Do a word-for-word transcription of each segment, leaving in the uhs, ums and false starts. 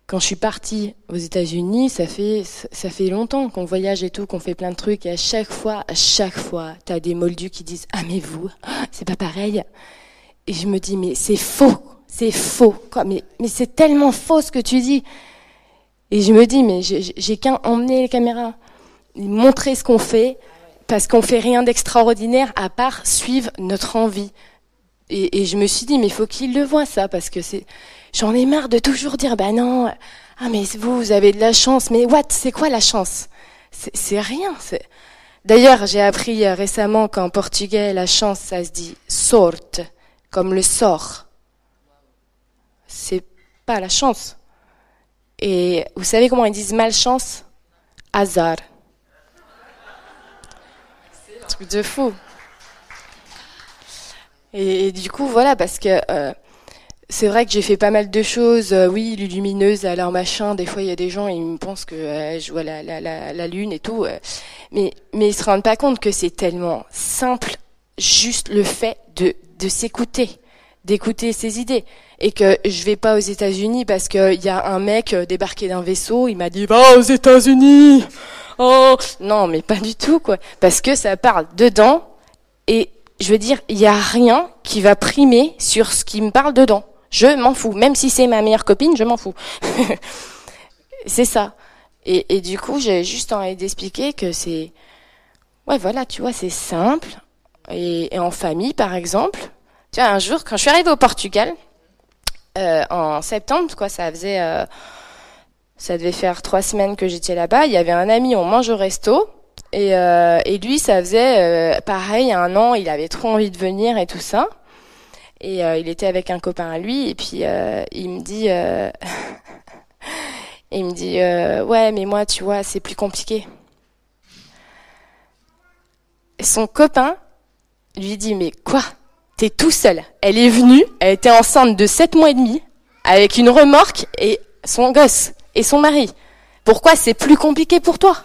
quand je suis partie aux États-Unis, ça fait ça fait longtemps qu'on voyage et tout, qu'on fait plein de trucs, et à chaque fois, à chaque fois, t'as des moldus qui disent ah mais vous, c'est pas pareil. Et je me dis mais c'est faux, c'est faux, quoi. Mais mais c'est tellement faux ce que tu dis. Et je me dis mais j'ai, j'ai qu'à emmener les caméras, montrer ce qu'on fait, parce qu'on fait rien d'extraordinaire à part suivre notre envie. Et, et je me suis dit mais il faut qu'ils le voient ça, parce que c'est j'en ai marre de toujours dire, bah non, ah mais vous, vous avez de la chance. Mais what, c'est quoi la chance? c'est, c'est rien. C'est... D'ailleurs, j'ai appris récemment qu'en portugais, la chance, ça se dit sorte, comme le sort. C'est pas la chance. Et vous savez comment ils disent malchance? Hasard. Truc de fou. Et, et du coup, voilà, parce que... Euh, c'est vrai que j'ai fait pas mal de choses, euh, oui, lumineuse, alors machin, des fois il y a des gens, ils me pensent que euh, je vois la, la, la, la lune et tout, euh, mais, mais ils se rendent pas compte que c'est tellement simple, juste le fait de, de s'écouter, d'écouter ses idées, et que je vais pas aux États-Unis parce qu'il y a un mec débarqué d'un vaisseau, il m'a dit « Va aux États-Unis !» Oh, non, mais pas du tout, quoi, parce que ça parle dedans, et je veux dire, il y a rien qui va primer sur ce qui me parle dedans. Je m'en fous. Même si c'est ma meilleure copine, je m'en fous. C'est ça. Et, et du coup, j'ai juste envie d'expliquer que c'est... Ouais, voilà, tu vois, c'est simple. Et, et en famille, par exemple. Tu vois, un jour, quand je suis arrivée au Portugal, euh, en septembre, quoi, ça faisait... Euh, ça devait faire trois semaines que j'étais là-bas. Il y avait un ami, on mange au resto. Et, euh, et lui, ça faisait euh, pareil, un an, il avait trop envie de venir et tout ça. Et euh, il était avec un copain à lui, et puis euh, il me dit, euh, il me dit, euh, ouais, mais moi, tu vois, c'est plus compliqué. Et son copain lui dit, mais quoi? T'es tout seul. Elle est venue, elle était enceinte de sept mois et demi, avec une remorque et son gosse et son mari. Pourquoi c'est plus compliqué pour toi?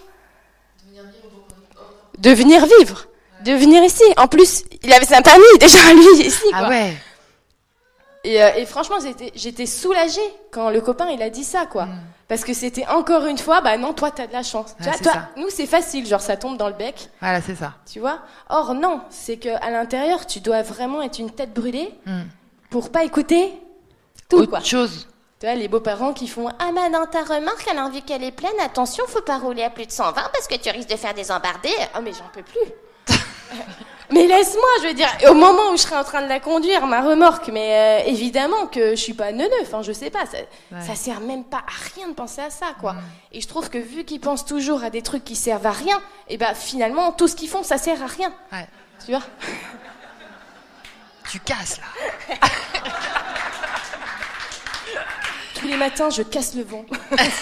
De venir vivre, de venir ici. En plus, il avait sa famille déjà lui ici. Quoi. Ah ouais. Et, euh, et franchement, j'étais, j'étais soulagée quand le copain il a dit ça, quoi. Mm. Parce que c'était encore une fois, bah non, toi t'as de la chance. Ouais, tu vois, toi, ça. Nous c'est facile, genre ça tombe dans le bec. Voilà, c'est ça. Tu vois. Or non, c'est que à l'intérieur, tu dois vraiment être une tête brûlée mm. pour pas écouter tout, autre quoi. chose. Tu vois, les beaux-parents qui font « Ah, mais dans ta remorque, alors vu qu'elle est pleine, attention, faut pas rouler à plus de cent vingt parce que tu risques de faire des embardées. » Oh, mais j'en peux plus. Mais laisse-moi, je veux dire, au moment où je serai en train de la conduire, ma remorque, mais euh, évidemment que je suis pas neuneu, enfin, je sais pas, ça, ouais. ça sert même pas à rien de penser à ça, quoi. Mmh. Et je trouve que vu qu'ils pensent toujours à des trucs qui servent à rien, et ben finalement, tout ce qu'ils font, ça sert à rien. Ouais. Tu vois? Tu casses, là. Tous les matins, je casse le vent.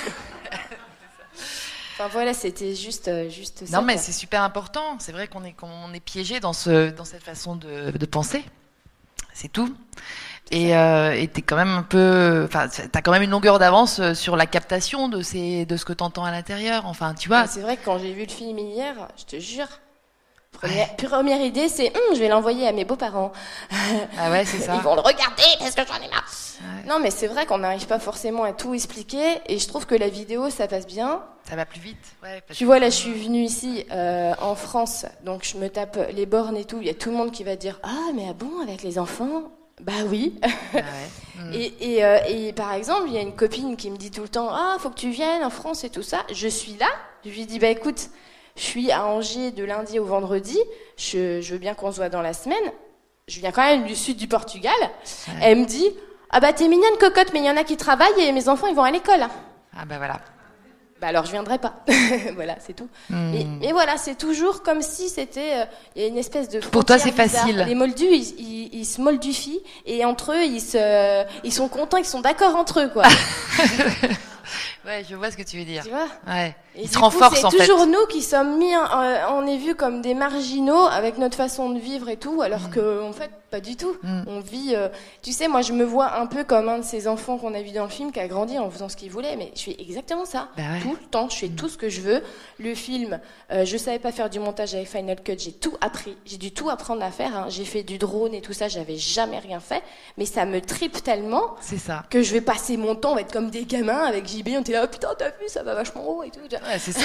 Enfin voilà, c'était juste, euh, juste ça. Non, mais quoi. C'est super important. C'est vrai qu'on est, qu'on est piégé dans, ce, dans cette façon de, de penser. C'est tout. Et euh, et t'es quand même un peu, enfin, t'as quand même une longueur d'avance sur la captation de ces, de ce que t'entends à l'intérieur. Enfin, tu vois. Ah, c'est vrai que quand j'ai vu le film hier, je te jure. Première, ouais. première idée, c'est hum, je vais l'envoyer à mes beaux-parents. Ah ouais, c'est ça. Ils vont le regarder parce que j'en ai marre. Ouais. Non, mais c'est vrai qu'on n'arrive pas forcément à tout expliquer, et je trouve que la vidéo, ça passe bien. Ça va plus vite. Ouais, tu vois, là, je suis venue ici euh, en France, donc je me tape les bornes et tout. Il y a tout le monde qui va dire ah, mais ah bon, avec les enfants? Bah oui. Ah ouais. mmh. Et, et, euh, et par exemple, il y a une copine qui me dit tout le temps ah, faut que tu viennes en France et tout ça. Je suis là. Je lui dis bah écoute. Je suis à Angers de lundi au vendredi. Je, je veux bien qu'on se voit dans la semaine. Je viens quand même du sud du Portugal. Ouais. Elle me dit ah bah t'es mignonne cocotte, mais il y en a qui travaillent et mes enfants ils vont à l'école. Ah bah voilà. Bah alors je viendrai pas. Voilà, c'est tout. Mm. Et, mais voilà, c'est toujours comme si c'était. Il euh, y a une espèce de. Pour toi c'est bizarre. facile. Les moldus ils, ils, ils se moldufient et entre eux ils se, ils sont contents, ils sont d'accord entre eux quoi. Ouais, je vois ce que tu veux dire. Tu vois? Ouais. Et Ils se du renforcent coup, en c'est fait. toujours nous qui sommes mis, euh, on est vus comme des marginaux avec notre façon de vivre et tout, alors Mm. que en fait, pas du tout. Mm. On vit, euh, tu sais, moi je me vois un peu comme un de ces enfants qu'on a vu dans le film qui a grandi en faisant ce qu'il voulait, mais je fais exactement ça. Bah ouais. Tout le temps, je fais tout ce que je veux. Le film, euh, je savais pas faire du montage avec Final Cut, j'ai tout appris. J'ai dû tout apprendre à faire. Hein. J'ai fait du drone et tout ça, j'avais jamais rien fait, mais ça me tripe tellement. C'est ça. Que je vais passer mon temps, on va être comme des gamins avec J B, on était là, oh, putain, t'as vu, ça va vachement haut et tout. Ouais, c'est ça.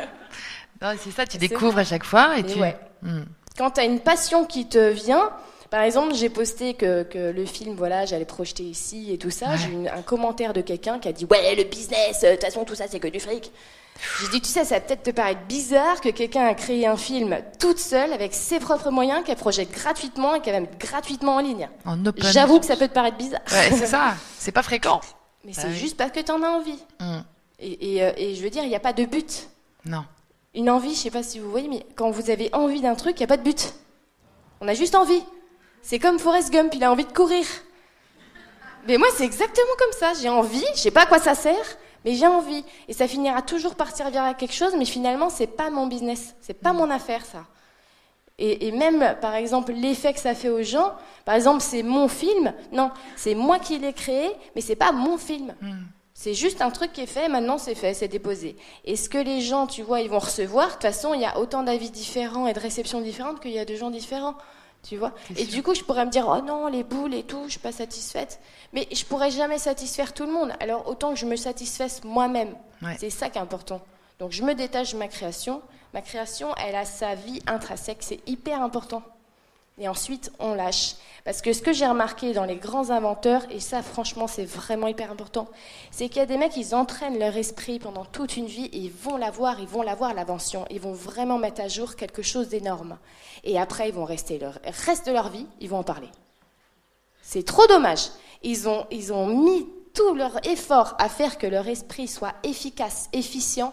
Non, c'est ça, tu C'est découvres vrai. à chaque fois et Mais tu. ouais. Mm. Quand t'as une passion qui te vient, par exemple, j'ai posté que, que le film, voilà, j'allais projeter ici et tout ça. Ouais. J'ai eu un commentaire de quelqu'un qui a dit, ouais, le business, de toute façon, tout ça, c'est que du fric. J'ai dit, tu sais, ça va peut-être te paraître bizarre que quelqu'un a créé un film toute seule avec ses propres moyens, qu'elle projette gratuitement et qu'elle va mettre gratuitement en ligne. En open. J'avoue que ça peut te paraître bizarre. Ouais, c'est ça. C'est pas fréquent. Mais Bah c'est oui. juste parce que t'en as envie. Mm. Et, et, euh, et je veux dire, il n'y a pas de but. Non. Une envie, je sais pas si vous voyez, mais quand vous avez envie d'un truc, il n'y a pas de but. On a juste envie. C'est comme Forrest Gump, il a envie de courir. Mais moi, c'est exactement comme ça. J'ai envie, je sais pas à quoi ça sert, mais j'ai envie. Et ça finira toujours par servir à quelque chose, mais finalement, c'est pas mon business. C'est pas mon affaire, ça. Et, et même, par exemple, l'effet que ça fait aux gens, par exemple, c'est mon film. Non, c'est moi qui l'ai créé, mais c'est pas mon film. Mm. C'est juste un truc qui est fait, maintenant c'est fait, c'est déposé. Et ce que les gens, tu vois, ils vont recevoir, de toute façon, il y a autant d'avis différents et de réceptions différentes qu'il y a de gens différents, tu vois. C'est Et sûr. du coup, je pourrais me dire, oh non, les boules et tout, je suis pas satisfaite. Mais je pourrais jamais satisfaire tout le monde. Alors autant que je me satisfasse moi-même. Ouais. C'est ça qui est important. Donc je me détache de ma création. Ma création, elle a sa vie intrinsèque, c'est hyper important. Et ensuite, on lâche. Parce que ce que j'ai remarqué dans les grands inventeurs, et ça, franchement, c'est vraiment hyper important, c'est qu'il y a des mecs, ils entraînent leur esprit pendant toute une vie et ils vont l'avoir, ils vont l'avoir, l'invention. Ils vont vraiment mettre à jour quelque chose d'énorme. Et après, ils vont rester le reste de leur vie, ils vont en parler. C'est trop dommage. Ils ont, ils ont mis tout leur effort à faire que leur esprit soit efficace, efficient.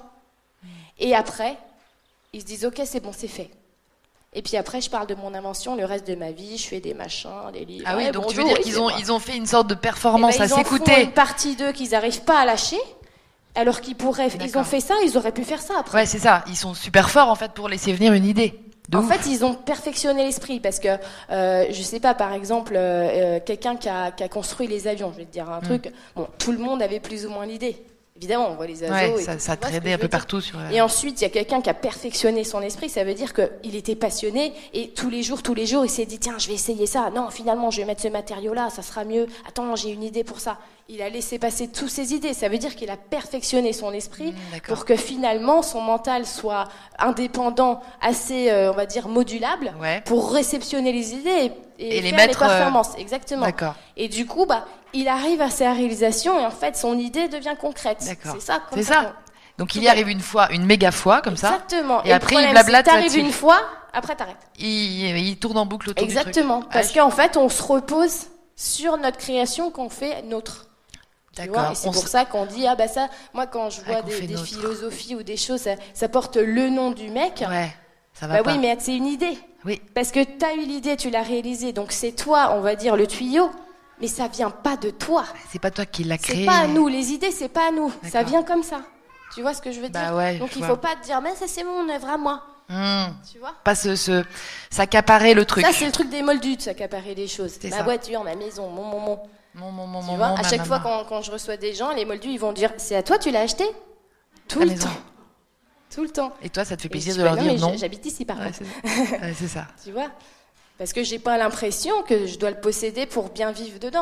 Et après, ils se disent, ok, c'est bon, c'est fait. Et puis après, je parle de mon invention, le reste de ma vie, je fais des machins, des livres. Ah oui, Ouais, donc tu veux bonjour, dire oui, qu'ils c'est ont, moi. ils ont fait une sorte de Eh ben, performance à ils en font s'écouter. une partie d'eux qu'ils n'arrivent pas à lâcher, alors qu'ils pourraient. Ils D'accord. ont fait ça, ils auraient pu faire ça après. Ouais, c'est ça. Ils sont super forts en fait pour laisser venir une idée. De En ouf. fait, ils ont perfectionné l'esprit parce que, euh, je sais pas, par exemple, euh, euh, quelqu'un qui a, qui a construit les avions, je vais te dire un Mm. truc, bon, tout le monde avait plus ou moins l'idée. Évidemment, on voit les avions Ouais, et ça, tout, ça tu vois ce que traînait je un veux peu dire. partout sur. euh, Et ensuite, il y a quelqu'un qui a perfectionné son esprit, ça veut dire qu'il était passionné et tous les jours, tous les jours, il s'est dit, tiens, je vais essayer ça. Non, finalement, je vais mettre ce matériau-là, ça sera mieux. Attends, j'ai une idée pour ça. Il a laissé passer toutes ses idées. Ça veut dire qu'il a perfectionné son esprit Mm, d'accord. pour que finalement, son mental soit indépendant, assez, euh, on va dire, modulable, Ouais. pour réceptionner les idées et, et Et les faire mettre, les euh, performances. Exactement. D'accord. Et du coup, bah, il arrive à sa réalisation et en fait, son idée devient concrète. D'accord. C'est ça. comme C'est ça. Donc il y Ouais. arrive une fois, une méga fois comme ça. Exactement. Et le après, il problème, blablate c'est que t'arrives là-dessus. une fois, après t'arrêtes. Il, il tourne en boucle autour Exactement. du truc. Parce Ah, qu'en fait, on se repose sur notre création qu'on fait nôtre. Tu vois, D'accord. et c'est On pour s- ça qu'on dit, ah bah ça, moi quand je vois qu'on des, fait des nôtre. philosophies ou des choses, ça, ça porte le nom du mec. Ouais, ça va Bah pas. oui, mais c'est une idée. Oui. Parce que t'as eu l'idée, tu l'as réalisée, donc c'est toi, on va dire, le tuyau, mais ça vient pas de toi. C'est pas toi qui l'as créé. C'est pas à nous, les idées, c'est pas à nous. Ça D'accord. vient comme ça. Tu vois ce que je veux Bah dire? ouais, Donc je il vois. faut pas te dire, mais ça c'est mon œuvre à moi. Hmm. Tu vois? Pas se, se s'accaparer le truc. Ça, c'est le truc des moldus, de s'accaparer les choses. C'est Ma ça. voiture, ma maison, mon, mon, mon. Mon, mon, mon, Tu mon, vois, mon, à ma chaque fois maman. quand, quand je reçois des gens, les moldus, ils vont dire, c'est à toi, tu l'as acheté? Tout Ta le maison. temps. Tout le temps. Et toi, ça te fait Et plaisir je de dis, leur bah dire mais non. j'- J'habite ici, par Ouais, contre. c'est ouais, c'est ça. Tu vois? Parce que j'ai pas l'impression que je dois le posséder pour bien vivre dedans.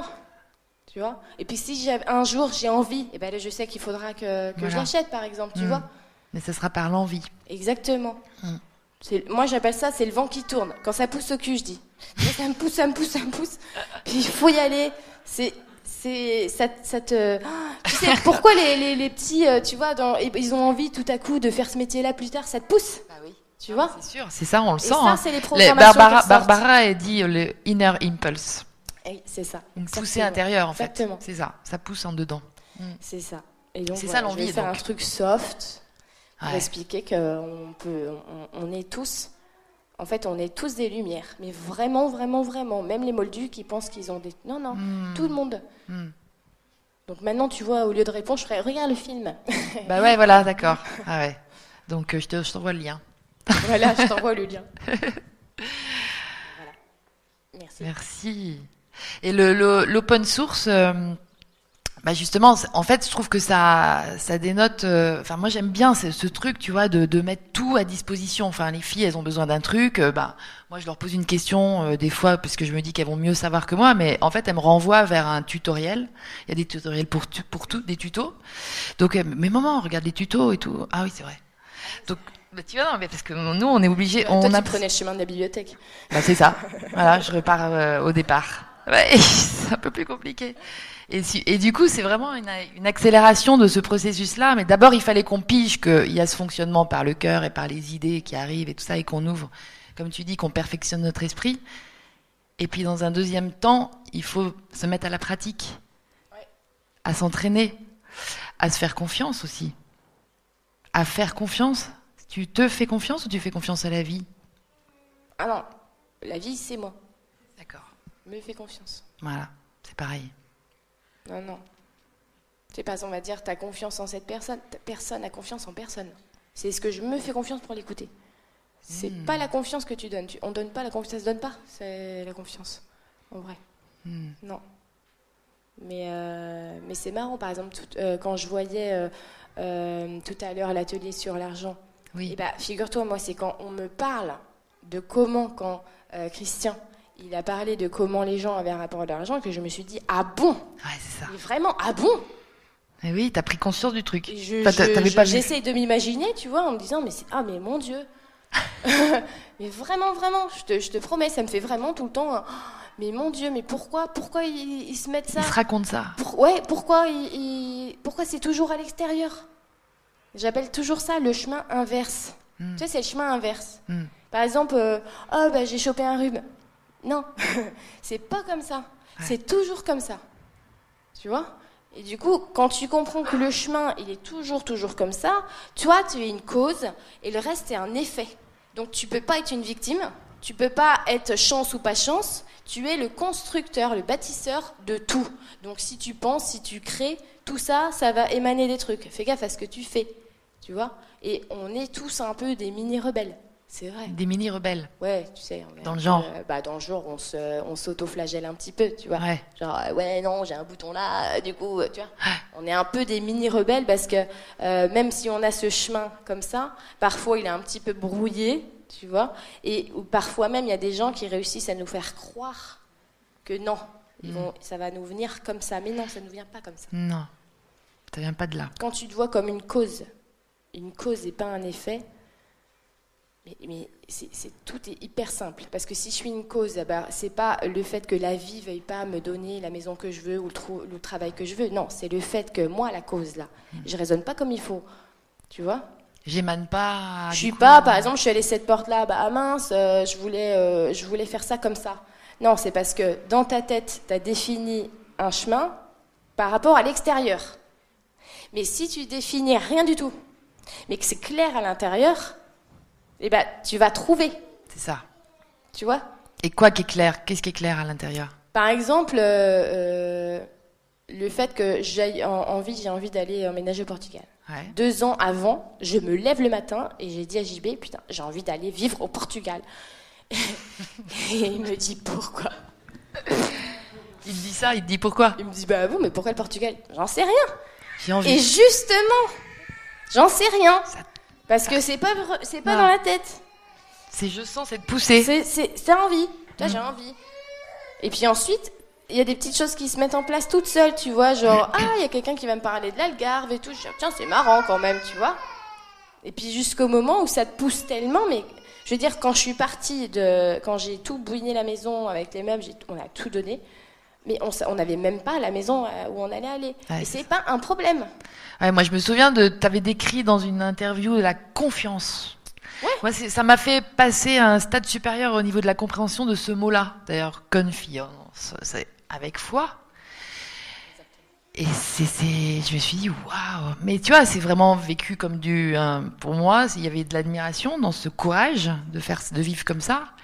Tu vois? Et puis si j'ai- un jour j'ai envie, et ben là je sais qu'il faudra que, que je Voilà. l'achète, par exemple. Tu Hmm. vois? Mais ça sera par l'envie. Exactement. Hmm. C'est- Moi, j'appelle ça, c'est le vent qui tourne. Quand ça pousse au cul, je dis. Mais ça me pousse, ça me pousse, ça me pousse. Puis il faut y aller. C'est, c'est, ça, ça te. Ah, tu sais, pourquoi les, les, les petits, euh, tu vois, dans, ils ont envie tout à coup de faire ce métier-là plus tard, ça te pousse. Bah oui. Tu vois? C'est sûr, c'est ça, on le Et sent. ça, hein. c'est les Les- programmations Barbara, qui ressortent. Barbara a dit euh, le inner impulse. Eh, c'est ça. Une poussée Exactement. intérieure, en fait. Exactement. C'est ça, ça pousse en dedans. C'est ça. Et donc, C'est voilà, ça, l'envie, Je vais faire donc. un truc soft pour Ouais. expliquer qu'on peut, on, on est tous. En fait, on est tous des lumières, mais vraiment, vraiment, vraiment. Même les moldus qui pensent qu'ils ont des. Non, non, Hmm. tout le monde. Hmm. Donc maintenant, tu vois, au lieu de répondre, je ferais regarde le film. Bah ouais, voilà, d'accord. Ah ouais. Donc euh, je, te, je t'envoie le lien. Voilà, je t'envoie le lien. Voilà. Merci. Merci. Et le, le, l'open source, euh, bah justement, en fait, je trouve que ça, ça dénote. Euh, enfin, moi, j'aime bien ce, ce truc, tu vois, de, de mettre tout à disposition. Enfin, les filles, elles ont besoin d'un truc. Euh, bah, moi, je leur pose une question euh, des fois parce que je me dis qu'elles vont mieux savoir que moi, mais en fait, elles me renvoient vers un tutoriel. Il y a des tutoriels pour tu, pour tout, des tutos. Donc, euh, mais maman, regarde les tutos et tout. Ah oui, c'est vrai. Donc, bah, tu vois, non, mais parce que nous, on est obligés. Toi, on tu a... prenais le chemin de la bibliothèque. Bah, c'est ça. Voilà, je repars euh, au départ. Ouais, c'est un peu plus compliqué. Et, si, et du coup, c'est vraiment une, une accélération de ce processus-là. Mais d'abord, il fallait qu'on pige qu'il y a ce fonctionnement par le cœur et par les idées qui arrivent et tout ça, et qu'on ouvre, comme tu dis, qu'on perfectionne notre esprit. Et puis, dans un deuxième temps, il faut se mettre à la pratique, Ouais. à s'entraîner, à se faire confiance aussi. À faire confiance. Tu te fais confiance ou tu fais confiance à la vie? Ah non, la vie, c'est moi. D'accord. Me fais confiance. Voilà, c'est pareil. Non, non. C'est pas, on va dire, t'as confiance en cette personne. Personne n'a confiance en personne. C'est ce que je me fais confiance pour l'écouter. C'est Mmh. pas la confiance que tu donnes. Tu, on donne pas la confiance, ça se donne pas. C'est la confiance, en vrai. Mmh. Non. Mais, euh, mais c'est marrant, par exemple, tout, euh, quand je voyais euh, euh, tout à l'heure l'atelier sur l'argent. Oui. Et bah, figure-toi, moi, c'est quand on me parle de comment, quand euh, Christian, il a parlé de comment les gens avaient un rapport à l'argent, que je me suis dit, ah bon? Ouais, c'est ça. Mais vraiment, ah bon? Et oui, t'as pris conscience du truc. Et je, Enfin, t'a- je- t'avais je- pas vu. j'essaye de m'imaginer, tu vois, en me disant, mais c'est, ah, mais mon Dieu. Mais vraiment, vraiment, je te, je te promets, ça me fait vraiment tout le temps, un, oh, mais mon Dieu, mais pourquoi, pourquoi ils, ils se mettent ça? Il se raconte ça. Pour- ouais, pourquoi, ils, ils- pourquoi c'est toujours à l'extérieur? J'appelle toujours ça le chemin inverse. Mm. Tu sais, c'est le chemin inverse. Mm. Par exemple, euh, oh, bah, j'ai chopé un rhume. Non, c'est pas comme ça. Ouais. C'est toujours comme ça. Tu vois? Et du coup, quand tu comprends que le chemin, il est toujours, toujours comme ça, toi, tu es une cause et le reste est un effet. Donc, tu peux pas être une victime, tu peux pas être chance ou pas chance, tu es le constructeur, le bâtisseur de tout. Donc, si tu penses, si tu crées, tout ça, ça va émaner des trucs. Fais gaffe à ce que tu fais, tu vois? Et on est tous un peu des mini-rebelles. C'est vrai. Des mini-rebelles. Ouais, tu sais. On est Dans un le peu, genre. euh, bah, dans le genre, on, se, on s'auto-flagelle un petit peu, tu vois. Ouais. Genre, euh, ouais, non, j'ai un bouton là, euh, du coup, euh, tu vois. On est un peu des mini-rebelles parce que euh, même si on a ce chemin comme ça, parfois il est un petit peu brouillé, tu vois. Et ou parfois même, il y a des gens qui réussissent à nous faire croire que non, ils vont, ça va nous venir comme ça. Mais non, ça ne nous vient pas comme ça. Non, ça vient pas de là. Quand tu te vois comme une cause, une cause et pas un effet, mais, mais c'est, c'est, tout est hyper simple. Parce que si je suis une cause, bah, c'est pas le fait que la vie veuille pas me donner la maison que je veux ou le, trou- le travail que je veux. Non, c'est le fait que moi, la cause, là, je raisonne pas comme il faut. Tu vois? J'émane pas. Je du suis coup, pas, euh, par exemple, je suis allée cette porte-là, bah ah mince, euh, je, voulais, euh, je voulais faire ça comme ça. Non, c'est parce que dans ta tête, tu as défini un chemin par rapport à l'extérieur. Mais si tu définis rien du tout, mais que c'est clair à l'intérieur, eh ben, tu vas trouver, C'est ça. tu vois. Et quoi qui est clair? Qu'est-ce qui est clair à l'intérieur? Par exemple, euh, euh, le fait que j'ai envie, j'ai envie d'aller emménager au Portugal. Ouais. Deux ans avant, je me lève le matin et j'ai dit à J B, putain, j'ai envie d'aller vivre au Portugal. Et il me dit, pourquoi? Il te dit ça, il te dit pourquoi? Il me dit, bah bon, mais pourquoi le Portugal? J'en sais rien. J'ai envie. Et justement, j'en sais rien. Ça- Parce que c'est pas, vra- c'est pas Non. dans la tête. C'est je sens cette poussée. C'est, c'est, c'est envie. Tu vois, Mm. j'ai envie. Et puis ensuite, il y a des petites choses qui se mettent en place toutes seules, tu vois. Genre, ah, il y a quelqu'un qui va me parler de l'Algarve et tout. Je dis, tiens, c'est marrant quand même, tu vois. Et puis jusqu'au moment où ça te pousse tellement, mais je veux dire, quand je suis partie de, quand j'ai tout bouiné la maison avec les meubles, j'ai, on a tout donné. Mais on sa- on n'avait même pas la maison euh, où on allait aller. Ouais, et c'est c'est pas un problème. Ouais, moi, je me souviens de. T'avais décrit dans une interview la confiance. Ouais. Moi, c'est- ça m'a fait passer à un stade supérieur au niveau de la compréhension de ce mot-là. D'ailleurs, confiance, c'est avec foi. Et c'est, c'est, je me suis dit, waouh! Mais tu vois, c'est vraiment vécu comme du. un- pour moi, il y avait de l'admiration dans ce courage de faire, de vivre comme ça.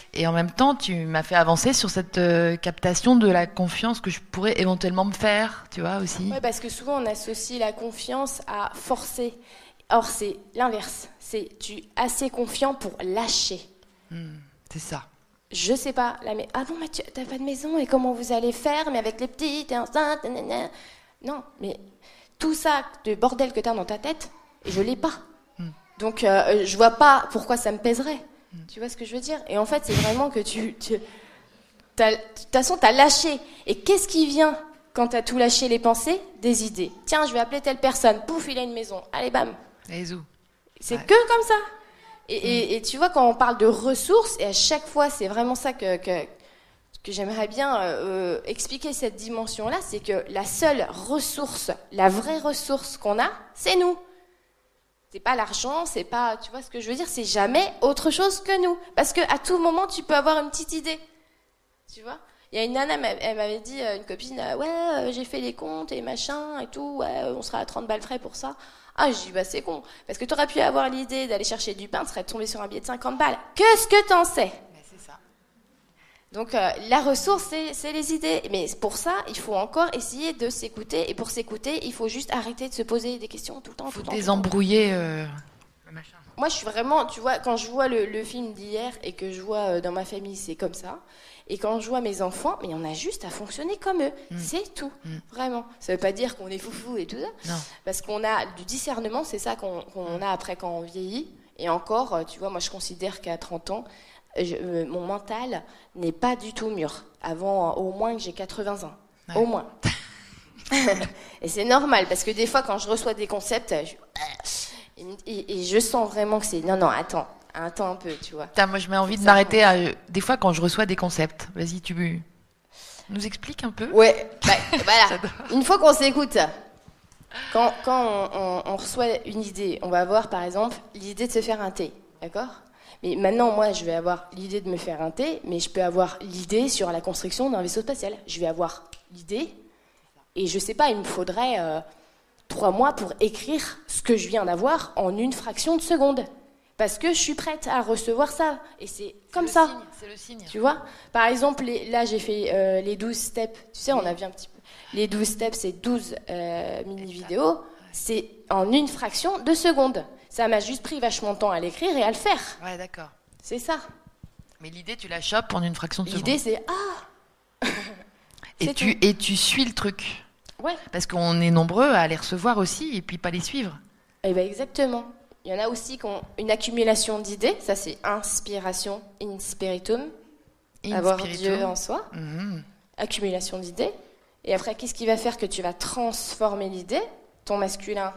Et en même temps, tu m'as fait avancer sur cette euh, captation de la confiance que je pourrais éventuellement me faire, tu vois, aussi. Ouais, parce que souvent, on associe la confiance à forcer. Or, c'est l'inverse. C'est tu es assez confiant pour lâcher. Mmh, c'est ça. Je sais pas, là, mais ah non, mais tu t'as pas de maison et comment vous allez faire, mais avec les petits, t'es enceinte, nanana. Non, mais tout ça de bordel que t'as dans ta tête, je l'ai pas. Mm. Donc euh, je vois pas pourquoi ça me pèserait. Mm. Tu vois ce que je veux dire? Et en fait, c'est vraiment que tu, tu t'as, de toute façon, t'as lâché. Et qu'est-ce qui vient quand t'as tout lâché, les pensées? Des idées. Tiens, je vais appeler telle personne. Pouf, il a une maison. Allez, bam. Et zou. C'est ouais. que comme ça. Et, et, et tu vois, quand on parle de ressources, et à chaque fois, c'est vraiment ça que, que, que j'aimerais bien euh, expliquer cette dimension-là, c'est que la seule ressource, la vraie ressource qu'on a, c'est nous. C'est pas l'argent, c'est pas, tu vois ce que je veux dire, c'est jamais autre chose que nous. Parce qu'à tout moment, tu peux avoir une petite idée. Tu vois? Il y a une nana, elle m'avait dit, une copine, ouais, j'ai fait les comptes et machin et tout, ouais, on sera à trente balles frais pour ça. Ah, je dis, bah c'est con, parce que tu aurais pu avoir l'idée d'aller chercher du pain, tu serais tombé sur un billet de cinquante balles. Qu'est-ce que t'en sais? Mais c'est ça. Donc euh, la ressource, c'est, c'est les idées. Mais pour ça, il faut encore essayer de s'écouter. Et pour s'écouter, il faut juste arrêter de se poser des questions tout le temps. Il faut tout le temps, désembrouiller euh, le machin. Moi, je suis vraiment, tu vois, quand je vois le, le film d'hier et que je vois euh, dans ma famille, c'est comme ça. Et quand je vois mes enfants, mais on a juste à fonctionner comme eux. Mmh. C'est tout, mmh. Vraiment. Ça veut pas dire qu'on est foufou et tout ça. Non. Parce qu'on a du discernement, c'est ça qu'on, qu'on a après quand on vieillit. Et encore, tu vois, moi, je considère qu'à trente ans, je, euh, mon mental n'est pas du tout mûr. Avant, euh, au moins que j'ai quatre-vingts ans. Ouais. Au moins. Et c'est normal, parce que des fois, quand je reçois des concepts, je... Et, et, et je sens vraiment que c'est... Non, non, attends. Attends un peu, tu vois. Putain, moi, je mets envie de m'arrêter à... Des fois, quand je reçois des concepts, vas-y, tu nous expliques un peu? Ouais, bah, voilà. Une fois qu'on s'écoute, quand, quand on, on, on reçoit une idée, on va avoir, par exemple, l'idée de se faire un thé, d'accord? Mais maintenant, moi, je vais avoir l'idée de me faire un thé, mais je peux avoir l'idée sur la construction d'un vaisseau spatial. Je vais avoir l'idée, et je sais pas, il me faudrait euh, trois mois pour écrire ce que je viens d'avoir en une fraction de seconde. Parce que je suis prête à recevoir ça. Et c'est comme c'est ça. Signe, c'est le signe. Tu vois? Par exemple, les, là, j'ai fait euh, les douze steps. Tu sais, on a vu un petit peu. Les douze steps, c'est douze euh, mini-vidéos. Ouais. C'est en une fraction de seconde. Ça m'a juste pris vachement de temps à l'écrire et à le faire. Ouais, d'accord. C'est ça. Mais l'idée, tu la chopes en une fraction de l'idée, seconde. L'idée, c'est ah et, tu, et tu suis le truc. Ouais. Parce qu'on est nombreux à les recevoir aussi et puis pas les suivre. Eh bien, exactement. Il y en a aussi qui ont une accumulation d'idées. Ça, c'est inspiration, inspiritum. In avoir spiritum. Dieu en soi. Mm-hmm. Accumulation d'idées. Et après, qu'est-ce qui va faire que tu vas transformer l'idée? Ton masculin,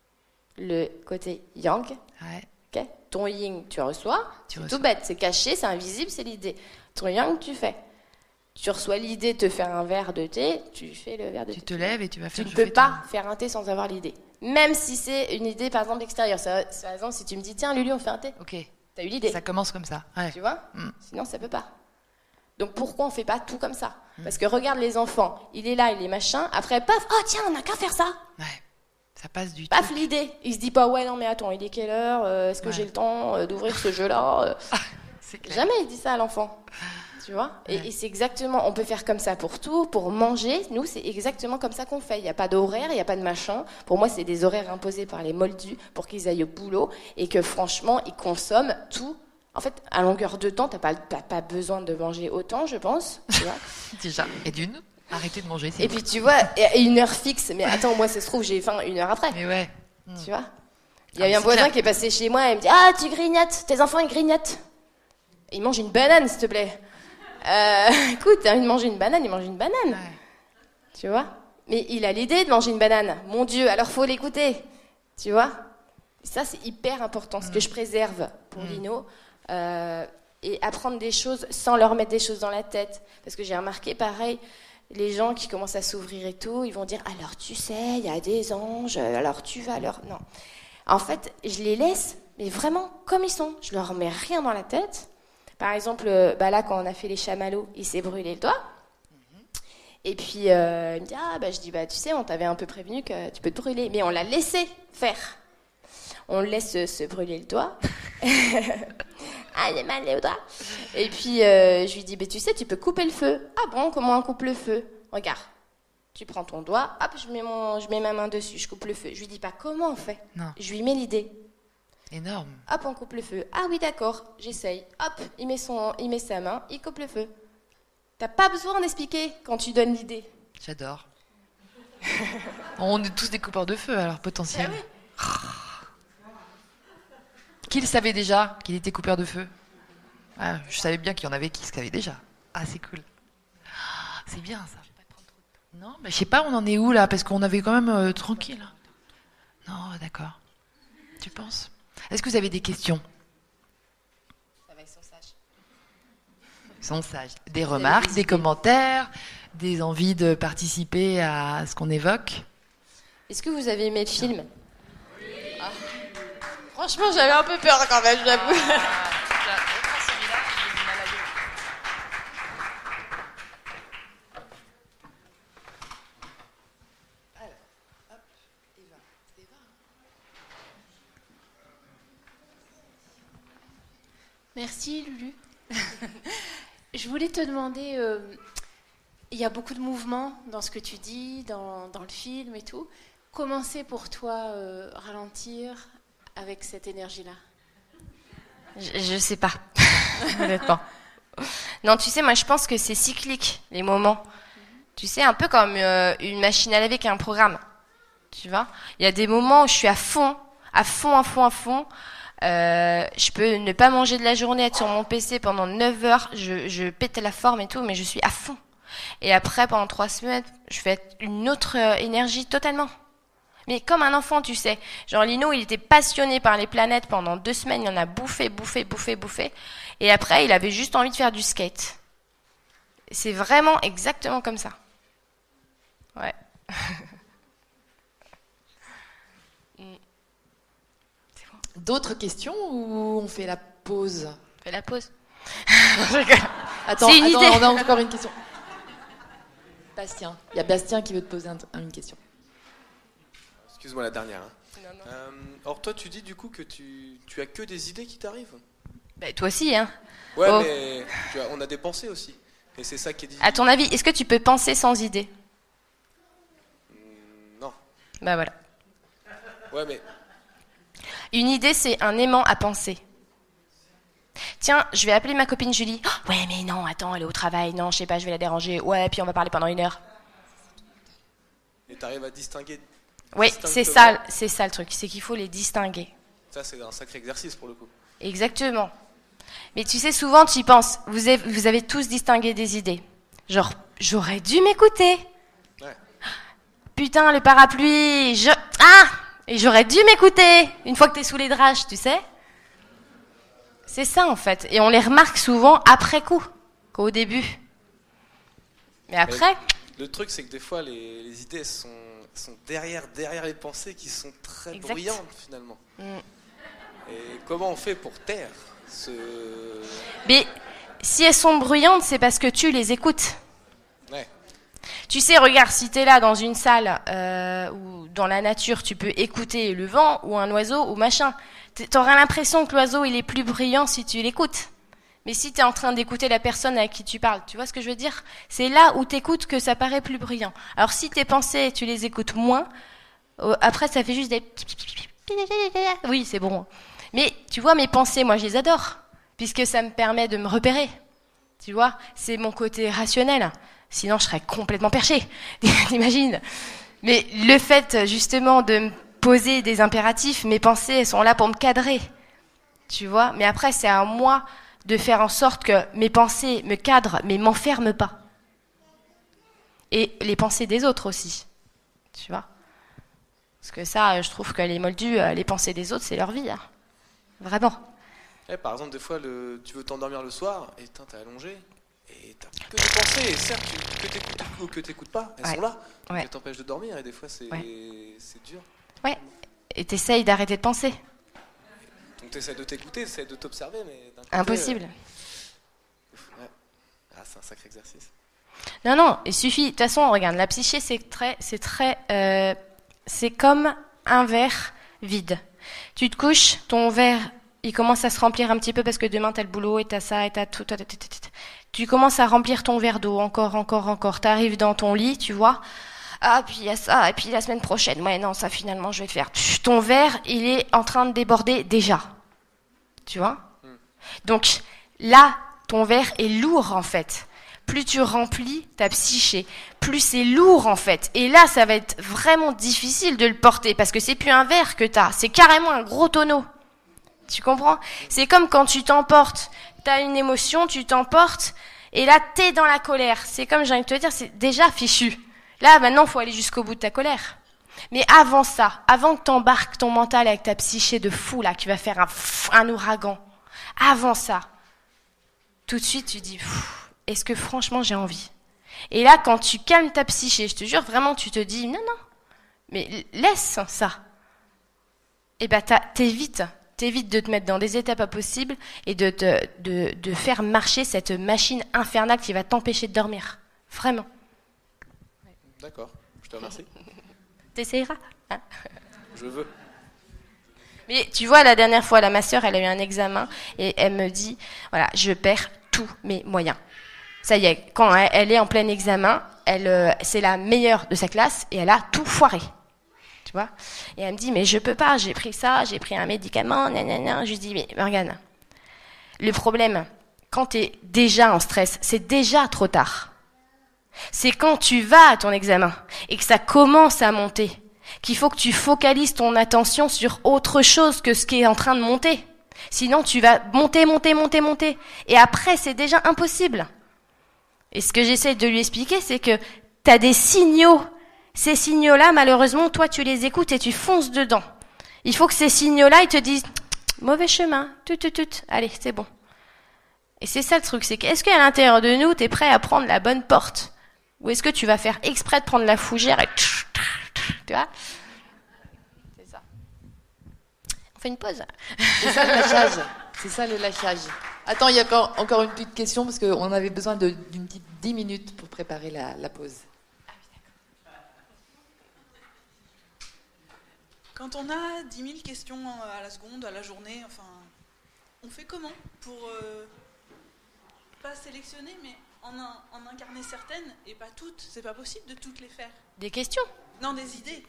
le côté yang. Ouais. Okay. Ton yin, tu reçois. Tu c'est reçois. tout bête. C'est caché, c'est invisible, c'est l'idée. Ton yang, tu fais. Tu reçois l'idée de te faire un verre de thé, tu fais le verre de tu thé. Tu te lèves et tu vas faire. Tu ne peux pas ton... faire un thé sans avoir l'idée. Même si c'est une idée, par exemple, extérieure. Ça, par exemple, si tu me dis, tiens, Lulu, on fait un thé. Ok. T'as eu l'idée. Ça commence comme ça. Ouais. Tu vois mm. Sinon, ça peut pas. Donc, pourquoi on fait pas tout comme ça? mm. Parce que regarde les enfants. Il est là, il est machin. Après, paf, oh tiens, on n'a qu'à faire ça. Ouais. Ça passe du paf, truc. L'idée. Il se dit pas, ouais, non, mais attends, il est quelle heure euh, Est-ce que ouais. j'ai le temps euh, d'ouvrir ce jeu-là euh... C'est clair. Jamais il dit ça à l'enfant. Tu vois, ouais. et, et c'est exactement, on peut faire comme ça pour tout, pour manger. Nous, c'est exactement comme ça qu'on fait. Il n'y a pas d'horaire, il n'y a pas de machin. Pour moi, c'est des horaires imposés par les moldus pour qu'ils aillent au boulot et que franchement, ils consomment tout. En fait, à longueur de temps, tu n'as pas, pas besoin de manger autant, je pense. Tu vois. Déjà. Et d'une, arrêtez de manger. Et bon. Puis tu vois, et une heure fixe. Mais attends, moi, ça se trouve, j'ai faim une heure après. Mais ouais. Tu vois. Il y a ah, un voisin clair. Qui est passé chez moi et il me dit, ah, tu grignotes, tes enfants ils grignotent. Ils mangent une banane, s'il te plaît. Euh, écoute, t'as envie de manger une banane, il mange une banane. Ouais. Tu vois? Mais il a l'idée de manger une banane. Mon Dieu, alors faut l'écouter. Tu vois? Et ça, c'est hyper important, mm. ce que je préserve pour mm. Lino. Euh, et apprendre des choses sans leur mettre des choses dans la tête. Parce que j'ai remarqué, pareil, les gens qui commencent à s'ouvrir et tout, ils vont dire, alors tu sais, il y a des anges, alors tu vas leur... Non. En fait, je les laisse, mais vraiment comme ils sont. Je leur mets rien dans la tête. Par exemple, bah là, quand on a fait les chamallows, il s'est brûlé le doigt. Mm-hmm. Et puis, euh, il me dit, ah, bah, je dis, bah, tu sais, on t'avait un peu prévenu que tu peux te brûler. Mais on l'a laissé faire. On le laisse se, se brûler le doigt. Ah, j'ai mal au doigt. Et puis, euh, je lui dis, bah, tu sais, tu peux couper le feu. Ah bon, comment on coupe le feu? Regarde, tu prends ton doigt, hop, je mets, mon, je mets ma main dessus, je coupe le feu. Je lui dis pas comment on fait. Non. Je lui mets l'idée. Énorme. Hop, on coupe le feu. Ah oui, d'accord, j'essaye. Hop, il met, son, il met sa main, il coupe le feu. T'as pas besoin d'expliquer quand tu donnes l'idée. J'adore. On est tous des coupeurs de feu, alors, potentiels. Ah oui. Qui le savait déjà qu'il était coupeur de feu? Ah, je savais bien qu'il y en avait qui le savaient déjà. Ah, c'est cool. Ah, c'est bien, ça. Non, mais je sais pas, on en est où, là? Parce qu'on avait quand même euh, tranquille. Non, d'accord. Tu penses? Est-ce que vous avez des questions? Ça va, ils sont sages. Ils sont sages. Des remarques, des, des commentaires, des envies de participer à ce qu'on évoque? Est-ce que vous avez aimé le film? Oui. Ah. Franchement, j'avais un peu peur quand même, j'avoue. Ah. Merci Lulu. Je voulais te demander, euh, il y a beaucoup de mouvements dans ce que tu dis, dans, dans le film et tout. Comment c'est pour toi euh, ralentir avec cette énergie-là? Je, je sais pas, honnêtement. Non, tu sais, moi je pense que c'est cyclique, les moments. Mm-hmm. Tu sais, un peu comme euh, une machine à laver qui a un programme. Tu vois? Il y a des moments où je suis à fond, à fond, à fond, à fond. Euh, je peux ne pas manger de la journée, être sur mon P C pendant neuf heures, je, je pète la forme et tout, mais je suis à fond. Et après, pendant trois semaines, je vais être une autre euh, énergie totalement. Mais comme un enfant, tu sais. Genre Lino, il était passionné par les planètes pendant deux semaines, il en a bouffé, bouffé, bouffé, bouffé. Et après, il avait juste envie de faire du skate. C'est vraiment exactement comme ça. Ouais. D'autres questions ou on fait la pause? On fait la pause. Attends, C'est une attends, idée. on a encore une question. Bastien, il y a Bastien qui veut te poser un, une question. Excuse-moi, la dernière. Hein. Non, non. Euh, or, toi, tu dis du coup que tu, tu as que des idées qui t'arrivent? Bah, toi aussi, hein. Ouais, oh. mais tu vois, on a des pensées aussi. Et c'est ça qui est dit. À ton avis, est-ce que tu peux penser sans idée? mmh, Non. Bah voilà. Ouais, mais... Une idée, c'est un aimant à penser. Tiens, je vais appeler ma copine Julie. Oh, ouais, mais non, attends, elle est au travail. Non, je sais pas, je vais la déranger. Ouais, puis on va parler pendant une heure. Et t'arrives à distinguer. Oui, c'est ça, c'est ça le truc. C'est qu'il faut les distinguer. Ça, c'est un sacré exercice pour le coup. Exactement. Mais tu sais, souvent, tu y penses. Vous avez, vous avez tous distingué des idées. Genre, j'aurais dû m'écouter. Ouais. Putain, le parapluie. Je... Ah! Et j'aurais dû m'écouter une fois que t'es sous les drages, tu sais. C'est ça, en fait. Et on les remarque souvent après coup, qu'au début. Mais après... Mais le truc, c'est que des fois, les, les idées sont, sont derrière, derrière les pensées qui sont très exact. bruyantes, finalement. Mm. Et comment on fait pour taire ce... Mais si elles sont bruyantes, c'est parce que tu les écoutes. Ouais. Tu sais, regarde, si t'es là dans une salle euh, ou dans la nature, tu peux écouter le vent ou un oiseau ou machin. T'auras l'impression que l'oiseau, il est plus bruyant si tu l'écoutes. Mais si t'es en train d'écouter la personne avec qui tu parles, tu vois ce que je veux dire? C'est là où t'écoutes que ça paraît plus bruyant. Alors si tes pensées, tu les écoutes moins, euh, après ça fait juste des... Oui, c'est bon. Mais tu vois, mes pensées, moi, je les adore, puisque ça me permet de me repérer. Tu vois, c'est mon côté rationnel. Sinon, je serais complètement perchée. T'imagines? Mais le fait, justement, de me poser des impératifs, mes pensées, elles sont là pour me cadrer. Tu vois? Mais après, c'est à moi de faire en sorte que mes pensées me cadrent, mais m'enferment pas. Et les pensées des autres aussi. Tu vois? Parce que ça, je trouve que les moldus, les pensées des autres, c'est leur vie. Hein. Vraiment. Ouais, par exemple, des fois, le... tu veux t'endormir le soir, et t'es allongé, et t'as que des pensées, et certes, tu... que t'écoutes ou que t'écoutes pas, elles ouais. sont là, ouais. elles t'empêchent de dormir, et des fois, c'est ouais. c'est dur. Ouais, et t'essayes d'arrêter de penser. Donc t'essaies de t'écouter, t'essaies de t'observer, mais... D'un côté, impossible. Euh... Ouais. Ah, c'est un sacré exercice. Non, non, il suffit. De toute façon, regarde, la psyché, c'est très... C'est très... Euh... C'est comme un verre vide. Tu te couches, ton verre il commence à se remplir un petit peu parce que demain t'as le boulot et t'as ça et t'as tout. T'as, t'as, t'as, t'as. Tu commences à remplir ton verre d'eau, encore, encore, encore. T'arrives dans ton lit, tu vois. Ah, puis il y a ça, et puis la semaine prochaine. Ouais, non, ça finalement, je vais le faire. Ton verre, il est en train de déborder déjà. Tu vois ? Mm. Donc là, ton verre est lourd en fait. Plus tu remplis ta psyché, plus c'est lourd en fait. Et là, ça va être vraiment difficile de le porter parce que c'est plus un verre que t'as, c'est carrément un gros tonneau. Tu comprends ? C'est comme quand tu t'emportes. T'as une émotion, tu t'emportes, et là, t'es dans la colère. C'est comme j'ai envie de te dire, c'est déjà fichu. Là, maintenant, faut aller jusqu'au bout de ta colère. Mais avant ça, avant que t'embarques ton mental avec ta psyché de fou, là, qui va faire un, un ouragan, avant ça, tout de suite, tu dis, est-ce que franchement, j'ai envie ? Et là, quand tu calmes ta psyché, je te jure, vraiment, tu te dis, non, non, mais laisse ça. Et ben, t'évites. T'évites de te mettre dans des états pas possibles et de, te, de, de faire marcher cette machine infernale qui va t'empêcher de dormir. Vraiment. D'accord, je te remercie. T'essayeras, hein ? Je veux. Mais tu vois, la dernière fois, là, ma sœur, elle a eu un examen et elle me dit, voilà, je perds tous mes moyens. Ça y est, quand elle est en plein examen, elle, euh, c'est la meilleure de sa classe et elle a tout foiré. Tu vois ? Et elle me dit, mais je peux pas, j'ai pris ça, j'ai pris un médicament, nanana. Je lui dis, mais Morgane, le problème, quand tu es déjà en stress, c'est déjà trop tard. C'est quand tu vas à ton examen et que ça commence à monter, qu'il faut que tu focalises ton attention sur autre chose que ce qui est en train de monter. Sinon, tu vas monter, monter, monter, monter. Et après, c'est déjà impossible. Et ce que j'essaie de lui expliquer, c'est que tu as des signaux. Ces signaux-là, malheureusement, toi, tu les écoutes et tu fonces dedans. Il faut que ces signaux-là, ils te disent « mauvais chemin, tut, tut, tut, allez, c'est bon ». Et c'est ça le truc, c'est qu'est-ce qu'à l'intérieur de nous, tu es prêt à prendre la bonne porte ? Ou est-ce que tu vas faire exprès de prendre la fougère et... Tu vois ? C'est ça. On fait une pause ? C'est ça le lâchage. C'est ça le lâchage. Attends, il y a encore, encore une petite question, parce qu'on avait besoin de, d'une petite dix minutes pour préparer la, la pause. Quand on a dix mille questions à la seconde, à la journée, enfin, on fait comment pour euh, pas sélectionner, mais en, en incarner certaines et pas toutes ? C'est pas possible de toutes les faire. Des questions ? Non, des idées.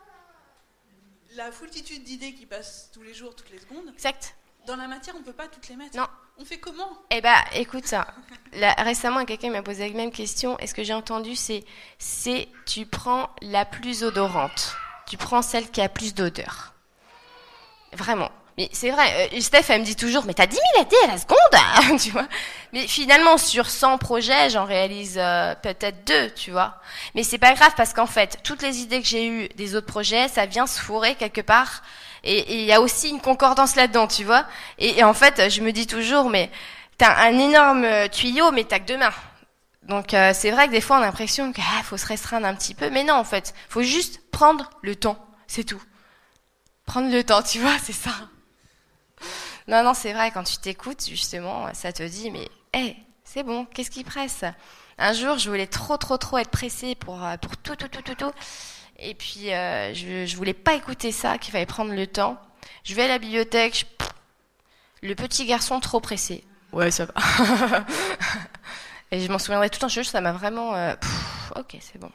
La foultitude d'idées qui passent tous les jours, toutes les secondes. Exact. Dans la matière, on peut pas toutes les mettre. Non. On fait comment ? Eh ben, écoute ça. Là, récemment, quelqu'un m'a posé la même question. Et ce que j'ai entendu, c'est, c'est tu prends la plus odorante. Tu prends celle qui a plus d'odeur. Vraiment. Mais c'est vrai, euh, Steph, elle me dit toujours, mais t'as dix mille idées à la seconde, tu vois. Mais finalement, sur cent projets, j'en réalise euh, peut-être deux, tu vois. Mais c'est pas grave parce qu'en fait, toutes les idées que j'ai eues des autres projets, ça vient se fourrer quelque part. Et il y a aussi une concordance là-dedans, tu vois. Et, et en fait, je me dis toujours, mais t'as un énorme tuyau, mais t'as que deux mains. Donc euh, c'est vrai que des fois, on a l'impression qu'il ah, faut se restreindre un petit peu. Mais non, en fait, faut juste prendre le temps, c'est tout. Prendre le temps, tu vois, c'est ça. Non, non, c'est vrai, quand tu t'écoutes, justement, ça te dit, mais, hé, hey, c'est bon, qu'est-ce qui presse ? Un jour, je voulais trop, trop, trop être pressée pour, pour tout, tout, tout, tout, tout. Et puis, euh, je, je voulais pas écouter ça, qu'il fallait prendre le temps. Je vais à la bibliothèque, je... le petit garçon trop pressé. Ouais, ça va. Et je m'en souviendrai tout le temps, je te jure, ça m'a vraiment... Euh... Pff, ok, c'est bon.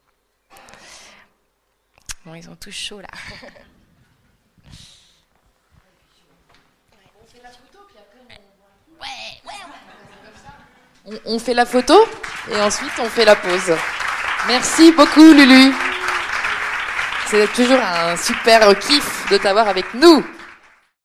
Bon, ils ont tous chaud, là. On, on fait la photo et ensuite on fait la pause. Merci beaucoup Lulu. C'est toujours un super kiff de t'avoir avec nous.